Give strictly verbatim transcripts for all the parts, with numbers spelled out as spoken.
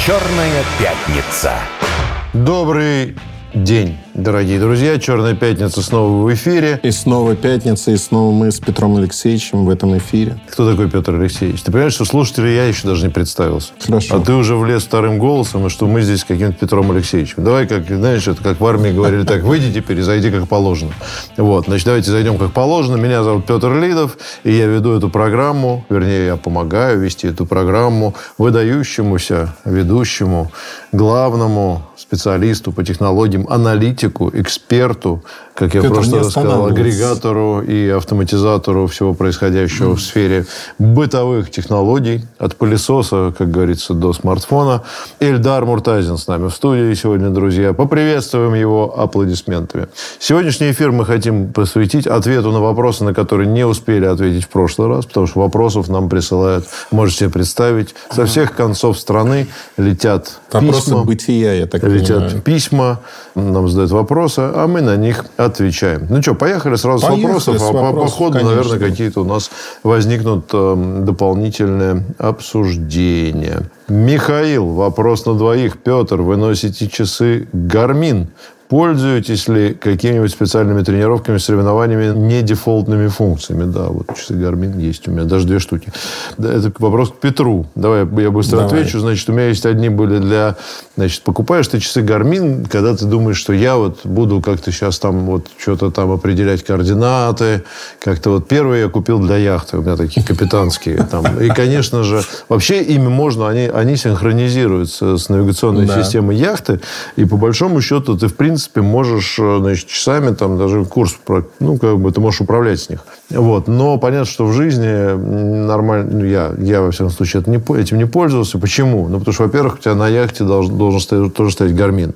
«Черная пятница». Добрый день, дорогие друзья. «Черная пятница» снова в эфире. И снова пятница, и снова мы с Петром Алексеевичем в этом эфире. Кто такой Петр Алексеевич? Ты понимаешь, что слушателю я еще даже не представился. Хорошо. А ты уже влез вторым голосом, и что мы здесь с каким-то Петром Алексеевичем. Давай, как, знаешь, это как в армии говорили, так, выйди теперь и зайди как положено. Вот, значит, давайте зайдем как положено. Меня зовут Петр Лидов, и я веду эту программу, вернее, я помогаю вести эту программу выдающемуся ведущему, главному специалисту по технологиям, аналитику, эксперту, как я Петр, просто сказал, агрегатору и автоматизатору всего происходящего mm. в сфере бытовых технологий, от пылесоса, как говорится, до смартфона. Эльдар Муртазин с нами в студии сегодня, друзья. Поприветствуем его аплодисментами. Сегодняшний эфир мы хотим посвятить ответу на вопросы, на которые не успели ответить в прошлый раз, потому что вопросов нам присылают, можете себе представить, со всех концов страны летят вопросы письма. бытия, я так Летят понимаю. письма, нам задают вопросы, а мы на них отвечаем. Ну что, поехали сразу Поехали с вопросов, с а вопросов, по, по ходу, конечно. наверное, какие-то у нас возникнут э, дополнительные обсуждения. Михаил, вопрос на двоих. Петр, вы носите часы Garmin. Пользуетесь ли какими-нибудь специальными тренировками, соревнованиями, не дефолтными функциями? Да, вот часы Garmin есть у меня, даже две штуки. Это вопрос к Петру. Давай я быстро Давай. отвечу. Значит, у меня есть одни были для... Значит, покупаешь ты часы Garmin, когда ты думаешь, что я вот буду как-то сейчас там вот что-то там определять координаты. Как-то вот первые я купил для яхты. У меня такие капитанские. Там. И, конечно же, вообще ими можно, они, они синхронизируются с навигационной да. системой яхты. И по большому счету ты, в принципе, можешь, значит, часами там даже курс, ну, как бы ты можешь управлять с них. Вот. Но понятно, что в жизни нормально, ну, я, я, во всяком случае, это не, этим не пользовался. Почему? Ну, потому что, во-первых, у тебя на яхте должен, должен стоять, тоже стоять Garmin.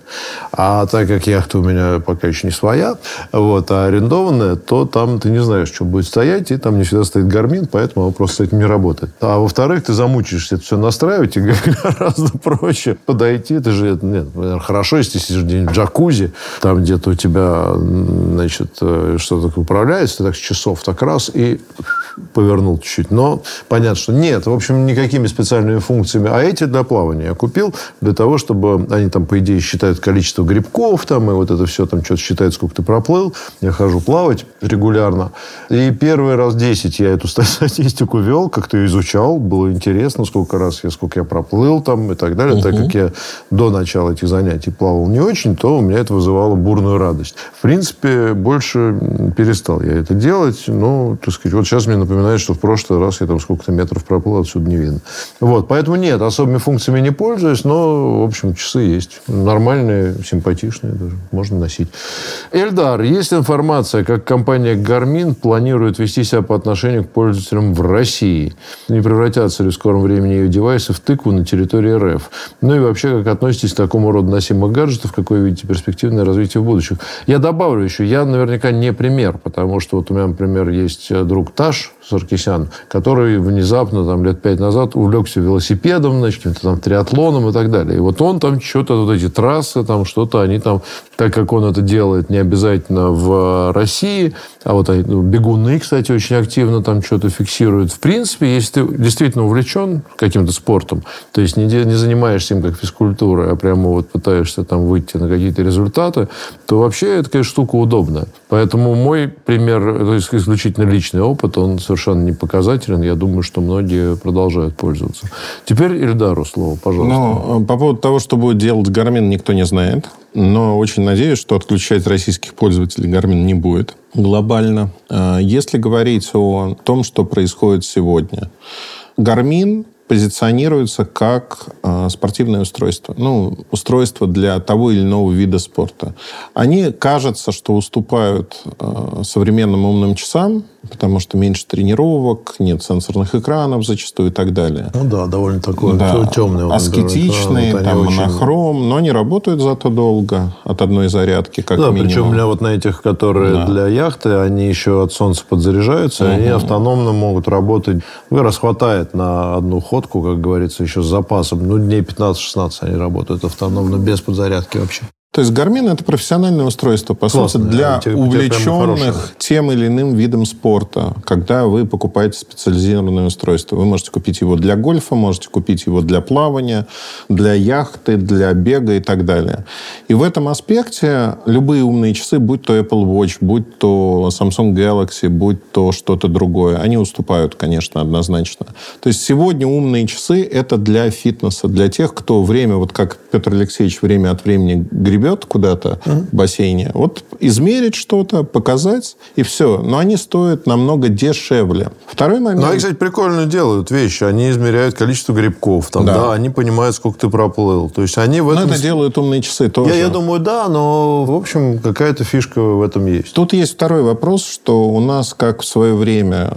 А так как яхта у меня пока еще не своя, вот, а арендованная, то там ты не знаешь, что будет стоять, и там не всегда стоит Garmin, поэтому вопрос с этим не работает. А во-вторых, ты замучаешься это все настраивать, и гораздо проще подойти. Ты же, нет, хорошо, если ты сидишь где-нибудь в джакузи, там где-то у тебя, значит, что-то управляется, ты так с часов так раз и повернул чуть-чуть. Но понятно, что нет, в общем, никакими специальными функциями. А эти для плавания я купил для того, чтобы они там, по идее, считают количество грибков, там, и вот это все там что-то считает, сколько ты проплыл. Я хожу плавать регулярно. И первый раз десять я эту статистику вел, как-то изучал. Было интересно, сколько раз я, сколько я проплыл там и так далее. Угу. Так как я до начала этих занятий плавал не очень, то у меня это вызывало бурную радость. В принципе, больше перестал я это делать. Но, так сказать, вот сейчас мне напоминает, что в прошлый раз я там сколько-то метров проплыл, отсюда не видно. Вот, поэтому нет, особыми функциями не пользуюсь, но, в общем, часы есть. Нормальные, симпатичные даже. Можно носить. Эльдар, есть информация, как компания Garmin планирует вести себя по отношению к пользователям в России? Не превратятся ли в скором времени ее девайсы в тыкву на территории эр эф? Ну и вообще, как относитесь к такому роду носимых гаджетов? Какое видите перспективное развитие в будущем? Я добавлю еще, я наверняка не пример, потому что вот у меня, например, есть друг Таш Саркисян, который внезапно там, лет пять назад увлекся велосипедом, значит, каким-то там триатлоном и так далее. И вот он там что-то, вот эти трассы, там что-то, они там, так как он это делает не обязательно в России, а вот они, ну, бегуны, кстати, очень активно там что-то фиксируют. В принципе, если ты действительно увлечен каким-то спортом, то есть не, не занимаешься им как физкультурой, а прямо вот пытаешься там выйти на какие-то результаты, то вообще это, конечно, штука удобная. Поэтому мой пример, то есть исключительно личный опыт, он совершенно не показателен. Я думаю, что многие продолжают пользоваться. Теперь Эльдару слово, пожалуйста. Ну, по поводу того, что будет делать Garmin, никто не знает. Но очень надеюсь, что отключать российских пользователей Garmin не будет глобально. Если говорить о том, что происходит сегодня. Garmin позиционируется как э, спортивное устройство. Ну, устройство для того или иного вида спорта. Они, кажется, что уступают э, современным умным часам, потому что меньше тренировок, нет сенсорных экранов зачастую и так далее. Ну да, довольно такой да. темный. Аскетичный, вот там очень... монохром, но они работают зато долго от одной зарядки, как да, минимум. Причем у меня вот на этих, которые да. для яхты, они еще от солнца подзаряжаются, угу. и они автономно могут работать. Раз хватает на одну ходку, как говорится, еще с запасом. Ну, дней пятнадцать-шестнадцать они работают автономно, без подзарядки вообще. То есть Garmin — это профессиональное устройство, по Классно, сути, для да, увлеченных тем или иным видом спорта. Когда вы покупаете специализированное устройство, вы можете купить его для гольфа, можете купить его для плавания, для яхты, для бега и так далее. И в этом аспекте любые умные часы, будь то Apple Watch, будь то Samsung Galaxy, будь то что-то другое, они уступают, конечно, однозначно. То есть сегодня умные часы — это для фитнеса, для тех, кто время, вот как Петр Алексеевич время от времени гребет куда-то mm-hmm. в бассейне. Вот измерить что-то, показать, и все. Но они стоят намного дешевле. Второй момент... Ну, они, кстати, прикольно делают вещи. Они измеряют количество грибков. Там, да. Да, они понимают, сколько ты проплыл. То есть они в этом... Но это делают умные часы тоже. Я, я думаю, да, но, в общем, какая-то фишка в этом есть. Тут есть второй вопрос, что у нас, как в свое время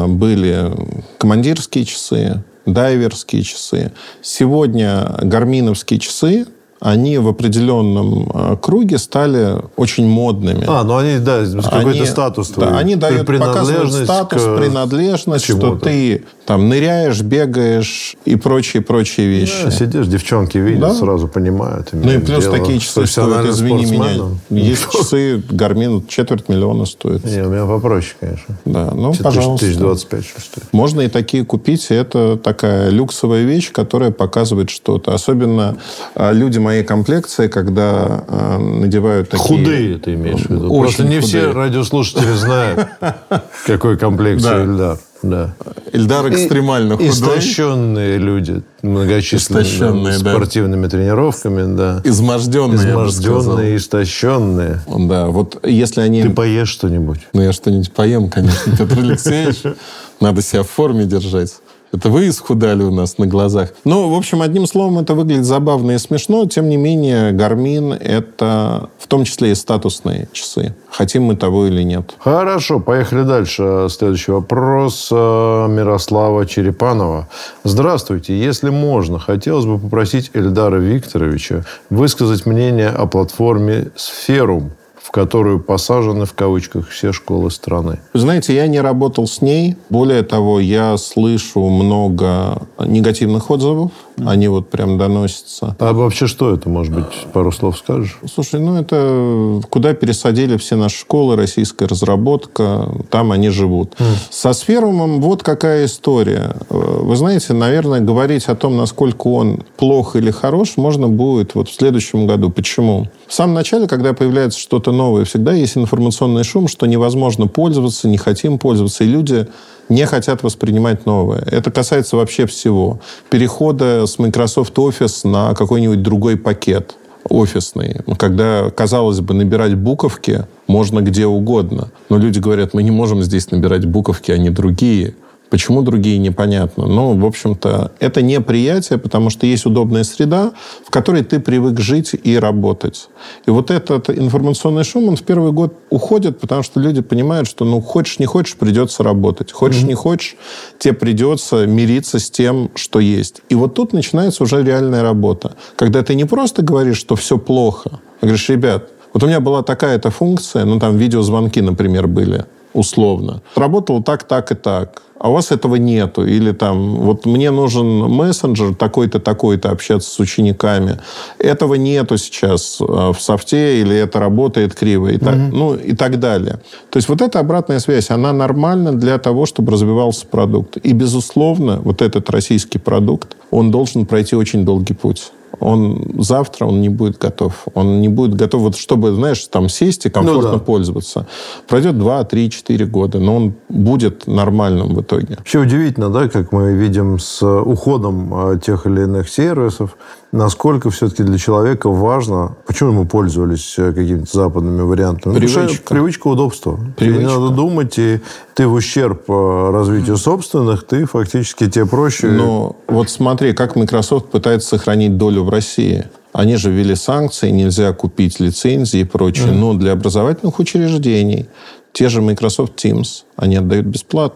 были командирские часы, дайверские часы. Сегодня гарминовские часы, они в определенном круге стали очень модными. А, ну они, да, какой-то статус. Да, они дают, показывают статус, к... принадлежность, что ты там ныряешь, бегаешь и прочие-прочие вещи. Да, сидишь, девчонки видят, да? Сразу понимают. Ну и плюс такие часы стоят, извини меня. Есть часы, Garmin четверть миллиона стоит. Не, у меня попроще, конечно. Да, ну, пожалуйста. тысяча двадцать пять стоит. Можно и такие купить. Это такая люксовая вещь, которая показывает что-то. Особенно люди моей комплекции, когда э, надевают такие... Худые ты имеешь в виду. Очень Просто не худые. все радиослушатели знают, какой комплекции Эльдар. Да. Эльдар экстремально худой. Истощенные люди, многочисленными спортивными тренировками. Да. Изможденные, Изможденные, истощенные. Да, вот если они... Ты поешь что-нибудь? Ну, я что-нибудь поем, конечно, Петр Алексеевич. Надо себя в форме держать. Это вы исхудали у нас на глазах. Ну, в общем, одним словом, это выглядит забавно и смешно. Тем не менее, Garmin — это в том числе и статусные часы. Хотим мы того или нет. Хорошо, поехали дальше. Следующий вопрос Мирослава Черепанова. Здравствуйте. Если можно, хотелось бы попросить Эльдара Викторовича высказать мнение о платформе Sferum, в которую посажены в кавычках все школы страны. Вы знаете, я не работал с ней. Более того, я слышу много негативных отзывов. Они вот прям доносятся. А вообще что это, может быть, пару слов скажешь? Слушай, ну это куда пересадили все наши школы, российская разработка, там они живут. Mm. Со Сферумом вот какая история. Вы знаете, наверное, говорить о том, насколько он плох или хорош, можно будет вот в следующем году. Почему? В самом начале, когда появляется что-то новое, всегда есть информационный шум, что невозможно пользоваться, не хотим пользоваться, и люди не хотят воспринимать новое. Это касается вообще всего. Перехода с Microsoft Office на какой-нибудь другой пакет офисный. Когда, казалось бы, набирать буковки можно где угодно. Но люди говорят, мы не можем здесь набирать буковки, а не другие. Почему другие, непонятно. Но, в общем-то, это неприятие, потому что есть удобная среда, в которой ты привык жить и работать. И вот этот информационный шум, он в первый год уходит, потому что люди понимают, что, ну, хочешь, не хочешь, придется работать. Хочешь, mm-hmm. не хочешь, тебе придется мириться с тем, что есть. И вот тут начинается уже реальная работа. Когда ты не просто говоришь, что все плохо, а говоришь, ребят, вот у меня была такая-то функция, ну, там видеозвонки, например, были, условно. Работало так, так и так. А у вас этого нету. Или там, вот мне нужен мессенджер такой-то, такой-то, общаться с учениками. Этого нету сейчас в софте, или это работает криво, и так, mm-hmm. ну, и так далее. То есть вот эта обратная связь, она нормальна для того, чтобы развивался продукт. И, безусловно, вот этот российский продукт, он должен пройти очень долгий путь. Он завтра он не будет готов. Он не будет готов, вот, чтобы, знаешь, там сесть и комфортно ну, да. пользоваться. Пройдет два, три, четыре года, но он будет нормальным в итоге. Вообще удивительно, да, как мы видим с уходом тех или иных сервисов, насколько все-таки для человека важно, почему мы пользовались какими-то западными вариантами. Привычка. Привычка удобства. Привычка. Тебе не надо думать, и ты в ущерб развитию собственных, ты фактически тебе проще... Но вот смотри, как Microsoft пытается сохранить долю в России. Они же ввели санкции, нельзя купить лицензии и прочее. Mm. Но для образовательных учреждений те же Microsoft Teams они отдают бесплатно.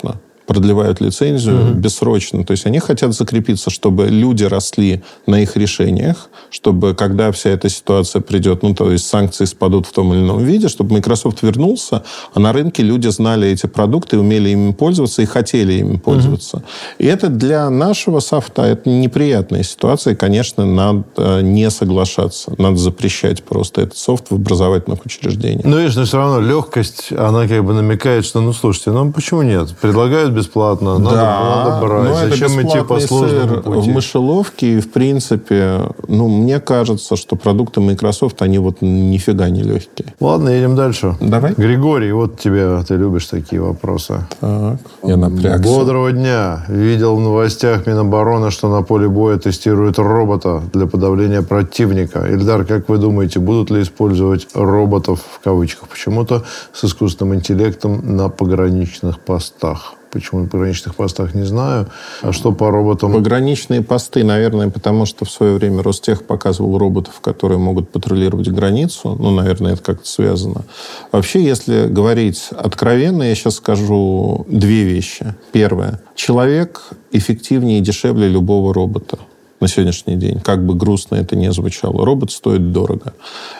продлевают лицензию mm-hmm. бессрочно. То есть они хотят закрепиться, чтобы люди росли на их решениях, чтобы когда вся эта ситуация придет, ну, то есть санкции спадут в том или ином виде, чтобы Microsoft вернулся, а на рынке люди знали эти продукты, умели ими пользоваться и хотели ими пользоваться. Mm-hmm. И это для нашего софта это неприятная ситуация, и, конечно, надо не соглашаться, надо запрещать просто этот софт в образовательных учреждениях. Ну, видишь, но все равно легкость, она как бы намекает, что, ну, слушайте, ну, почему нет? Предлагают бесплатно, надо, да, надо брать. Зачем идти по сложному пути? В мышеловке, и, в принципе, ну, мне кажется, что продукты Microsoft, они вот нифига не легкие. Ладно, едем дальше. Давай. Григорий, вот тебе, ты любишь такие вопросы. Так, я напрягся. Бодрого дня. Видел в новостях Минобороны, что на поле боя тестируют робота для подавления противника. Ильдар, как вы думаете, будут ли использовать роботов, в кавычках, почему-то, с искусственным интеллектом на пограничных постах? Почему на пограничных постах, не знаю. А что по роботам? Пограничные посты, наверное, потому что в свое время Ростех показывал роботов, которые могут патрулировать границу. Ну, наверное, это как-то связано. Вообще, если говорить откровенно, я сейчас скажу две вещи. Первое. Человек эффективнее и дешевле любого робота на сегодняшний день. Как бы грустно это ни звучало. Робот стоит дорого.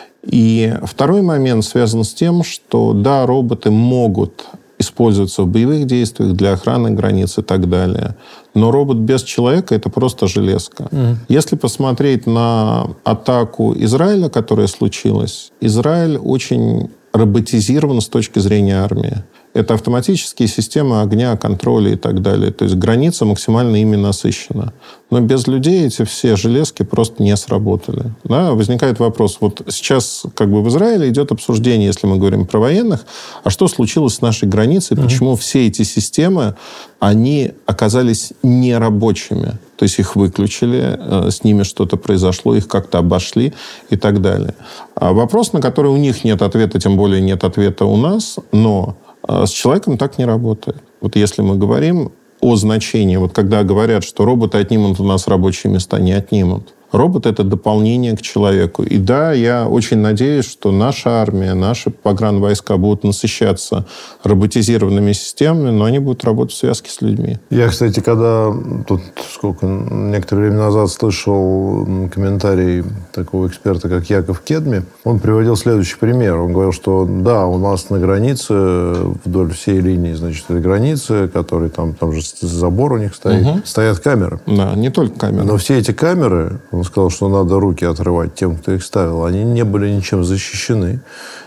И второй момент связан с тем, что, да, роботы могут используются в боевых действиях для охраны границ и так далее. Но робот без человека – это просто железка. Mm. Если посмотреть на атаку Израиля, которая случилась, Израиль очень роботизирован с точки зрения армии. Это автоматические системы огня, контроля и так далее. То есть граница максимально ими насыщена. Но без людей эти все железки просто не сработали. Да? Возникает вопрос. Вот сейчас как бы в Израиле идет обсуждение, если мы говорим про военных, а что случилось с нашей границей, mm-hmm. почему все эти системы, они оказались нерабочими. То есть их выключили, с ними что-то произошло, их как-то обошли и так далее. А вопрос, на который у них нет ответа, тем более нет ответа у нас, но с человеком так не работает. Вот если мы говорим о значении, вот когда говорят, что роботы отнимут у нас рабочие места, не отнимут. Робот – это дополнение к человеку. И да, я очень надеюсь, что наша армия, наши погранвойска будут насыщаться роботизированными системами, но они будут работать в связке с людьми. Я, кстати, когда тут сколько, некоторое время назад слышал комментарий такого эксперта, как Яков Кедми, он приводил следующий пример. Он говорил, что да, у нас на границе, вдоль всей линии, значит, этой границы, который там, там же забор у них стоит, угу. стоят камеры. Да, не только камеры. Но все эти камеры... Он сказал, что надо руки отрывать тем, кто их ставил. Они не были ничем защищены.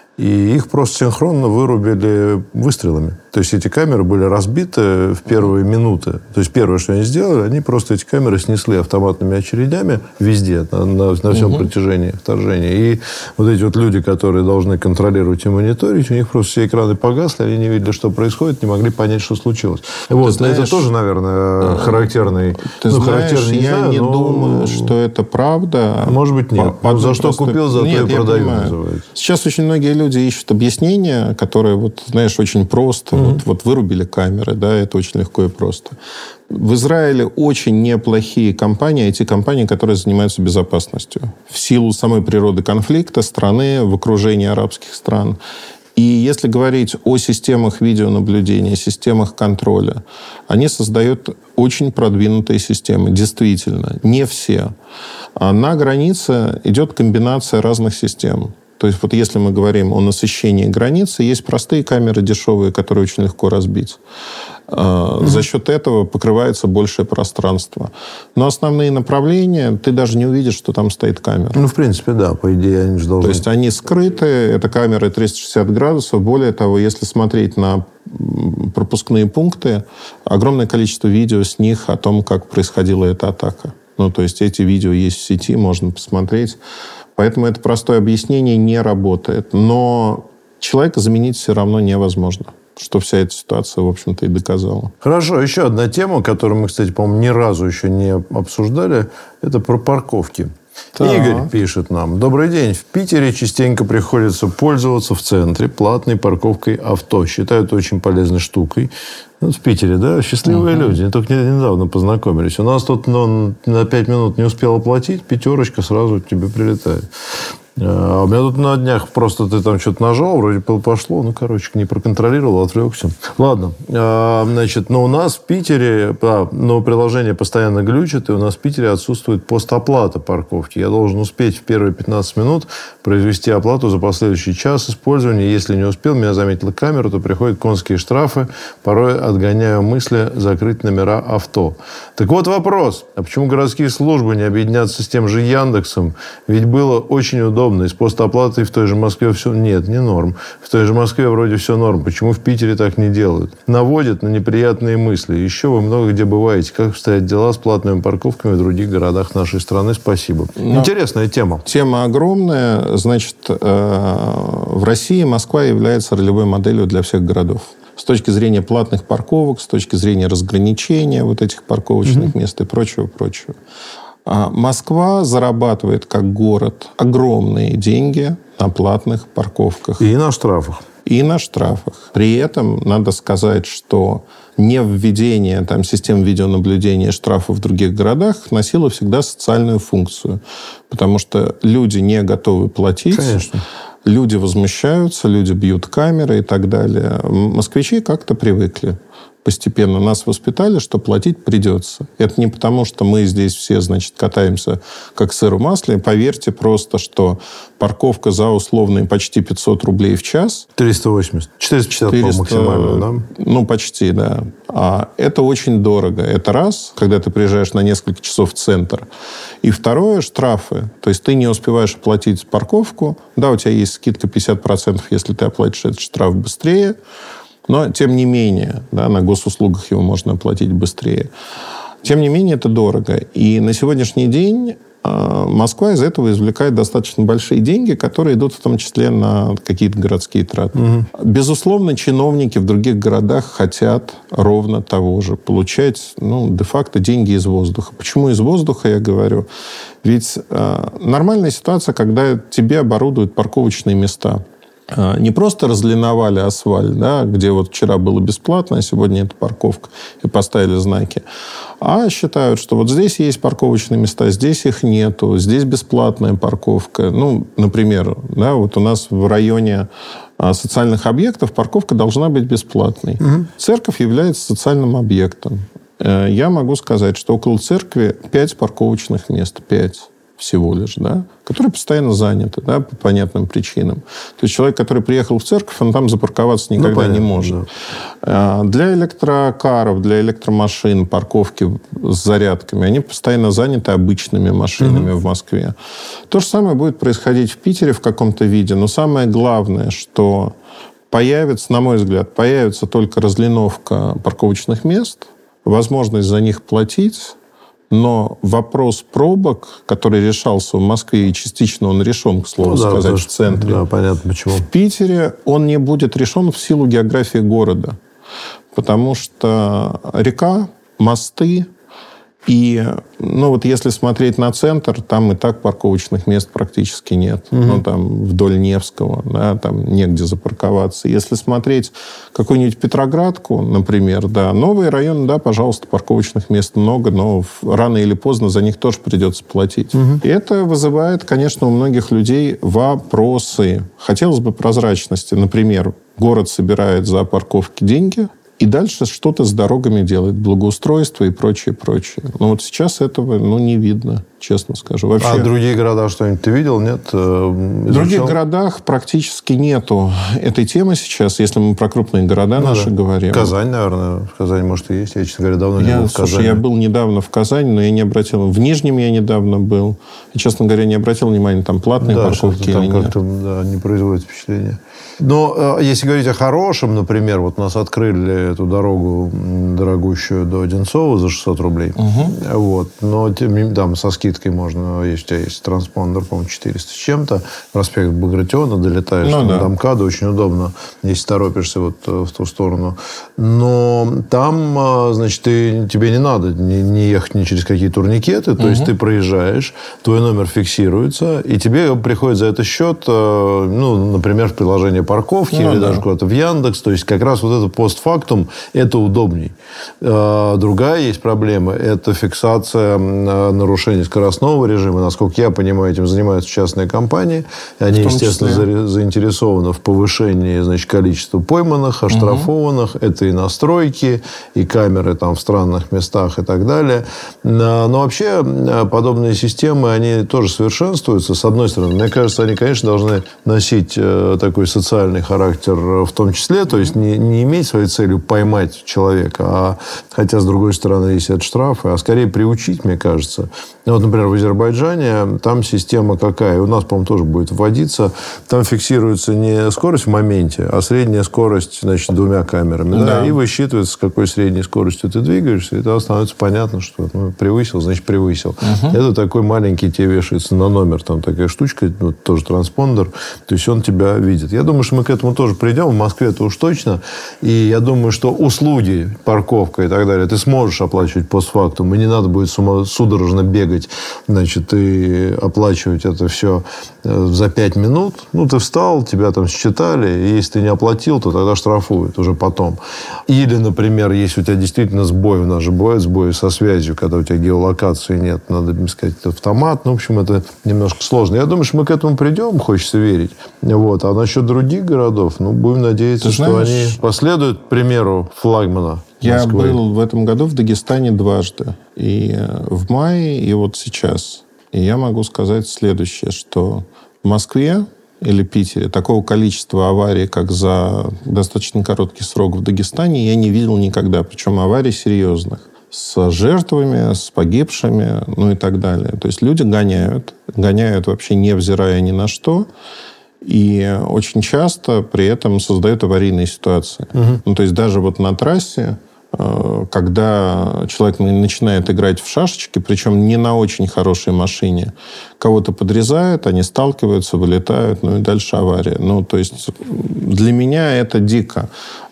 И их просто синхронно вырубили выстрелами. То есть эти камеры были разбиты в первые минуты. То есть первое, что они сделали, они просто эти камеры снесли автоматными очередями везде, на, на, на всем угу. протяжении вторжения. И вот эти вот люди, которые должны контролировать и мониторить, у них просто все экраны погасли, они не видели, что происходит, не могли понять, что случилось. Вот. Знаешь, это тоже, наверное, характерный... Ты ну, знаешь, характерный, я не, знаю, не но... думаю, что это правда. Может быть, нет. По, за что просто... купил, за то и продаю, называется. Сейчас очень многие люди ищут объяснения, которые, вот, знаешь, очень просто. Mm-hmm. Вот, вот вырубили камеры, да, это очень легко и просто. В Израиле очень неплохие компании, ай ти-компании, которые занимаются безопасностью. В силу самой природы конфликта, страны, в окружении арабских стран. И если говорить о системах видеонаблюдения, системах контроля, они создают очень продвинутые системы. Действительно, не все. А на границе идет комбинация разных систем. То есть вот если мы говорим о насыщении границы, есть простые камеры дешевые, которые очень легко разбить. Mm-hmm. За счет этого покрывается большее пространство. Но основные направления, ты даже не увидишь, что там стоит камера. Ну, в принципе, да, по идее, они же должны... То есть они скрыты, это камеры триста шестьдесят градусов. Более того, если смотреть на пропускные пункты, огромное количество видео с них о том, как происходила эта атака. Ну, то есть эти видео есть в сети, можно посмотреть. Поэтому это простое объяснение не работает. Но человека заменить все равно невозможно. Что вся эта ситуация, в общем-то, и доказала. Хорошо. Еще одна тема, которую мы, кстати, по-моему, ни разу еще не обсуждали, это про парковки. Так. Игорь пишет нам. Добрый день. В Питере частенько приходится пользоваться в центре платной парковкой авто. Считаю это очень полезной штукой. Вот в Питере, да, счастливые uh-huh. люди. Только недавно познакомились. У нас тут ну, на пять минут не успел оплатить, пятерочка сразу тебе прилетает. А у меня тут на днях просто ты там что-то нажал, вроде пошло, ну, короче, не проконтролировал, отвлекся. Ладно. А, значит, но у нас в Питере, а, но приложение постоянно глючит, и у нас в Питере отсутствует постоплата парковки. Я должен успеть в первые пятнадцать минут произвести оплату за последующий час использования. Если не успел, меня заметила камера, то приходят конские штрафы. Порой отгоняю мысли закрыть номера авто. Так вот вопрос. А почему городские службы не объединятся с тем же Яндексом? Ведь было очень удобно. И с постоплатой в той же Москве все... Нет, не норм. В той же Москве вроде все норм. Почему в Питере так не делают? Наводят на неприятные мысли. Еще вы много где бываете. Как обстоят дела с платными парковками в других городах нашей страны? Спасибо. Но интересная тема. Тема огромная. Значит, в России Москва является ролевой моделью для всех городов. С точки зрения платных парковок, с точки зрения разграничения вот этих парковочных mm-hmm. мест и прочего-прочего. Москва зарабатывает как город огромные деньги на платных парковках. И на штрафах. И на штрафах. При этом надо сказать, что не введение там, систем видеонаблюдения штрафов в других городах носило всегда социальную функцию. Потому что люди не готовы платить. Конечно. Люди возмущаются, люди бьют камеры и так далее. Москвичи как-то привыкли. Постепенно нас воспитали, что платить придется. Это не потому, что мы здесь все, значит, катаемся как сыр в масле. Поверьте просто, что парковка за условные почти пятьсот рублей в час... триста восемьдесят. четыреста пятьдесят, четыреста, максимально, да? Ну, почти, да. А это очень дорого. Это раз, когда ты приезжаешь на несколько часов в центр. И второе, штрафы. То есть ты не успеваешь оплатить парковку. Да, у тебя есть скидка пятьдесят процентов, если ты оплатишь этот штраф быстрее. Но, тем не менее, да, на госуслугах его можно оплатить быстрее. Тем не менее, это дорого. И на сегодняшний день э, Москва из этого извлекает достаточно большие деньги, которые идут в том числе на какие-то городские траты. Угу. Безусловно, чиновники в других городах хотят ровно того же. Получать, ну, де-факто деньги из воздуха. Почему из воздуха, я говорю? Ведь э, нормальная ситуация, когда тебе оборудуют парковочные места. Не просто разлиновали асфальт, да, где вот вчера было бесплатно, а сегодня это парковка, и поставили знаки. А считают, что вот здесь есть парковочные места, здесь их нету, здесь бесплатная парковка. Ну, например, да, вот у нас в районе социальных объектов парковка должна быть бесплатной. Угу. Церковь является социальным объектом. Я могу сказать, что около церкви пять парковочных мест. Пять. Всего лишь, да, которые постоянно заняты, да, по понятным причинам. То есть человек, который приехал в церковь, он там запарковаться никогда ну, понятно, не может. Да. Для электрокаров, для электромашин, парковки с зарядками, они постоянно заняты обычными машинами угу. в Москве. То же самое будет происходить в Питере в каком-то виде. Но самое главное, что появится, на мой взгляд, появится только разлиновка парковочных мест, возможность за них платить. Но вопрос пробок, который решался в Москве, и частично он решен, к слову ну, да, сказать, в центре. Да, понятно, почему. В Питере он не будет решен в силу географии города. Потому что река, мосты, и, ну, вот если смотреть на центр, там и так парковочных мест практически нет. Угу. Ну, там вдоль Невского, да, там негде запарковаться. Если смотреть какую-нибудь Петроградку, например, да, новые районы, да, пожалуйста, парковочных мест много, но рано или поздно за них тоже придется платить. Угу. И это вызывает, конечно, у многих людей вопросы. Хотелось бы прозрачности. Например, город собирает за парковки деньги, и дальше что-то с дорогами делает, благоустройство и прочее, прочее. Но вот сейчас этого, ну, не видно, честно скажу. Вообще... А другие города что-нибудь ты видел, нет? Изучал? В других городах практически нету этой темы сейчас, если мы про крупные города ну, наши да. говорим. Казань, наверное. В Казани, может, и есть. Я, честно говоря, давно не я, был в Казани. Слушай, я был недавно в Казани, но я не обратил... В Нижнем я недавно был. И, честно говоря, не обратил внимания, там платные да, парковки или там нет. как-то да, не производит впечатления. Но если говорить о хорошем, например, вот нас открыли эту дорогу дорогущую до Одинцова за шестьсот рублей. Угу. Вот. Но там со скидкой можно, если у тебя есть транспондер, по-моему, четыреста с чем-то, проспект Багратиона, долетаешь ну, да. до МКАДа, очень удобно, если торопишься вот в ту сторону. Но там, значит, ты, тебе не надо не, не ехать ни через какие турникеты, то угу. есть ты проезжаешь, твой номер фиксируется, и тебе приходит за это счет, ну, например, в приложение парковки ну, или да. даже куда-то в Яндекс. То есть как раз вот это постфактум, это удобней. Другая есть проблема. Это фиксация нарушений скоростного режима. Насколько я понимаю, этим занимаются частные компании. Они, естественно, числе. заинтересованы в повышении, значит, количества пойманных, оштрафованных. Угу. Это и настройки, и камеры там в странных местах и так далее. Но вообще подобные системы, они тоже совершенствуются. С одной стороны, мне кажется, они, конечно, должны носить такой социальный характер в том числе. То есть не, не иметь своей целью поймать человека, а хотя, с другой стороны, есть это штрафы, а скорее приучить, мне кажется. Вот, например, в Азербайджане там система какая? И у нас, по-моему, тоже будет вводиться. Там фиксируется не скорость в моменте, а средняя скорость, значит, двумя камерами. Да. Да? И высчитывается, с какой средней скоростью ты двигаешься. И тогда становится понятно, что ну, превысил, значит, превысил. Угу. Это такой маленький, тебе вешается на номер. Там такая штучка, ну, тоже транспондер. То есть он тебя видит. Я думаю, что мы к этому тоже придем. В Москве это уж точно. И я думаю, что услуги, парковка и так далее, ты сможешь оплачивать постфактум. И не надо будет судорожно бегать, значит, и оплачивать это все за пять минут. Ну, ты встал, тебя там считали, и если ты не оплатил, то тогда штрафуют уже потом. Или, например, если у тебя действительно сбой, у нас же бывают сбои со связью, когда у тебя геолокации нет, надо искать автомат. Ну, в общем, это немножко сложно. Я думаю, что мы к этому придем, хочется верить. Вот. А насчет других городов, ну, будем надеяться, ты что знаешь, они последуют примеру флагмана. Я Москвы. был в этом году в Дагестане дважды. И в мае, и вот сейчас. И я могу сказать следующее, что в Москве или Питере такого количества аварий, как за достаточно короткий срок в Дагестане, я не видел никогда. Причем аварий серьезных. С жертвами, с погибшими, ну и так далее. То есть люди гоняют. Гоняют вообще невзирая ни на что. И очень часто при этом создают аварийные ситуации. Угу. Ну, то есть даже вот на трассе, когда человек начинает играть в шашечки, причем не на очень хорошей машине, кого-то подрезают, они сталкиваются, вылетают, ну и дальше авария. Ну, то есть для меня это дико.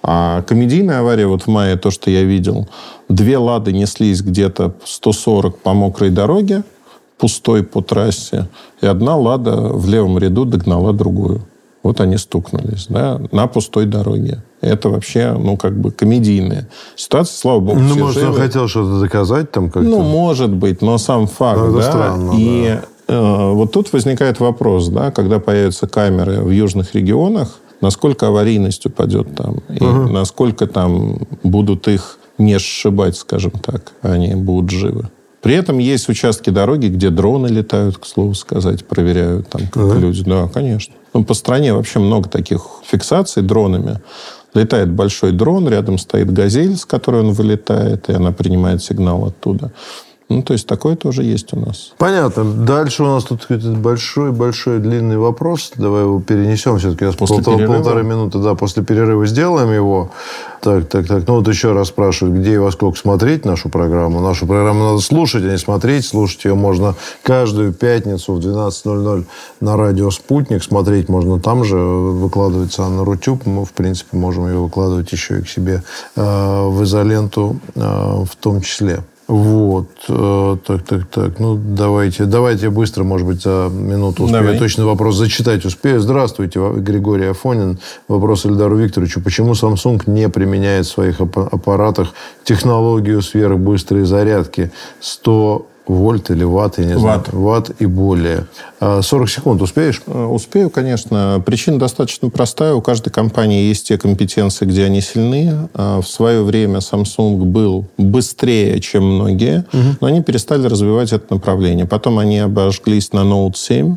А комедийная авария, вот в мае то, что я видел, две «Лады» неслись где-то сто сорок по мокрой дороге, пустой по трассе, и одна «Лада» в левом ряду догнала другую. Вот они стукнулись, да, на пустой дороге. Это вообще, ну, как бы комедийная ситуация, слава богу. Ну, может, живы. Он хотел что-то доказать там как-то? Ну, может быть, но сам факт, ну, да. Странно, и да. э, вот тут возникает вопрос, да, когда появятся камеры в южных регионах, насколько аварийность упадет там, и угу. насколько там будут их не сшибать, скажем так, они будут живы. При этом есть участки дороги, где дроны летают, к слову сказать, проверяют там, как uh-huh. люди. Да, конечно. Ну, по стране вообще много таких фиксаций дронами. Летает большой дрон, рядом стоит «Газель», с которой он вылетает, и она принимает сигнал оттуда. Ну, то есть, такое тоже есть у нас. Понятно. Дальше у нас тут большой-большой длинный вопрос. Давай его перенесем все-таки. После полтора, полторы минуты, да, после перерыва сделаем его. Так, так, так. Ну, вот еще раз спрашивают, где и во сколько смотреть нашу программу. Нашу программу надо слушать, а не смотреть. Слушать ее можно каждую пятницу в двенадцать ноль ноль на радио «Спутник». Смотреть можно там же. Выкладывается она на Рутюб. Мы, в принципе, можем ее выкладывать еще и к себе э, в изоленту э, в том числе. Вот. Так, так, так. Ну, давайте, давайте быстро, может быть, за минуту успею. Давай. Точно вопрос зачитать успею. Здравствуйте, Григорий Афонин. Вопрос Эльдару Викторовичу. Почему Samsung не применяет в своих аппаратах технологию сверхбыстрой зарядки сто вольт или ватт, я не знаю. Ватт. Ватт и более. сорок секунд успеешь? Успею, конечно. Причина достаточно простая. У каждой компании есть те компетенции, где они сильны. В свое время Samsung был быстрее, чем многие, угу. но они перестали развивать это направление. Потом они обожглись на ноут семь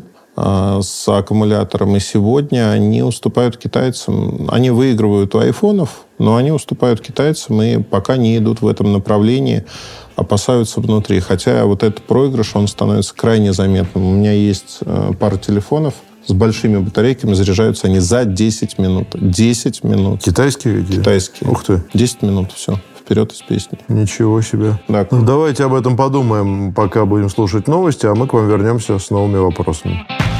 с аккумулятором, и сегодня они уступают китайцам. Они выигрывают у айфонов, но они уступают китайцам и пока не идут в этом направлении, опасаются внутри. Хотя вот этот проигрыш, он становится крайне заметным. У меня есть пара телефонов с большими батарейками, заряжаются они за десять минут. десять минут. Китайские? Китайские. Ух ты. десять минут, все. Вперед из песни. Ничего себе. Да. Давайте об этом подумаем, пока будем слушать новости, а мы к вам вернемся с новыми вопросами.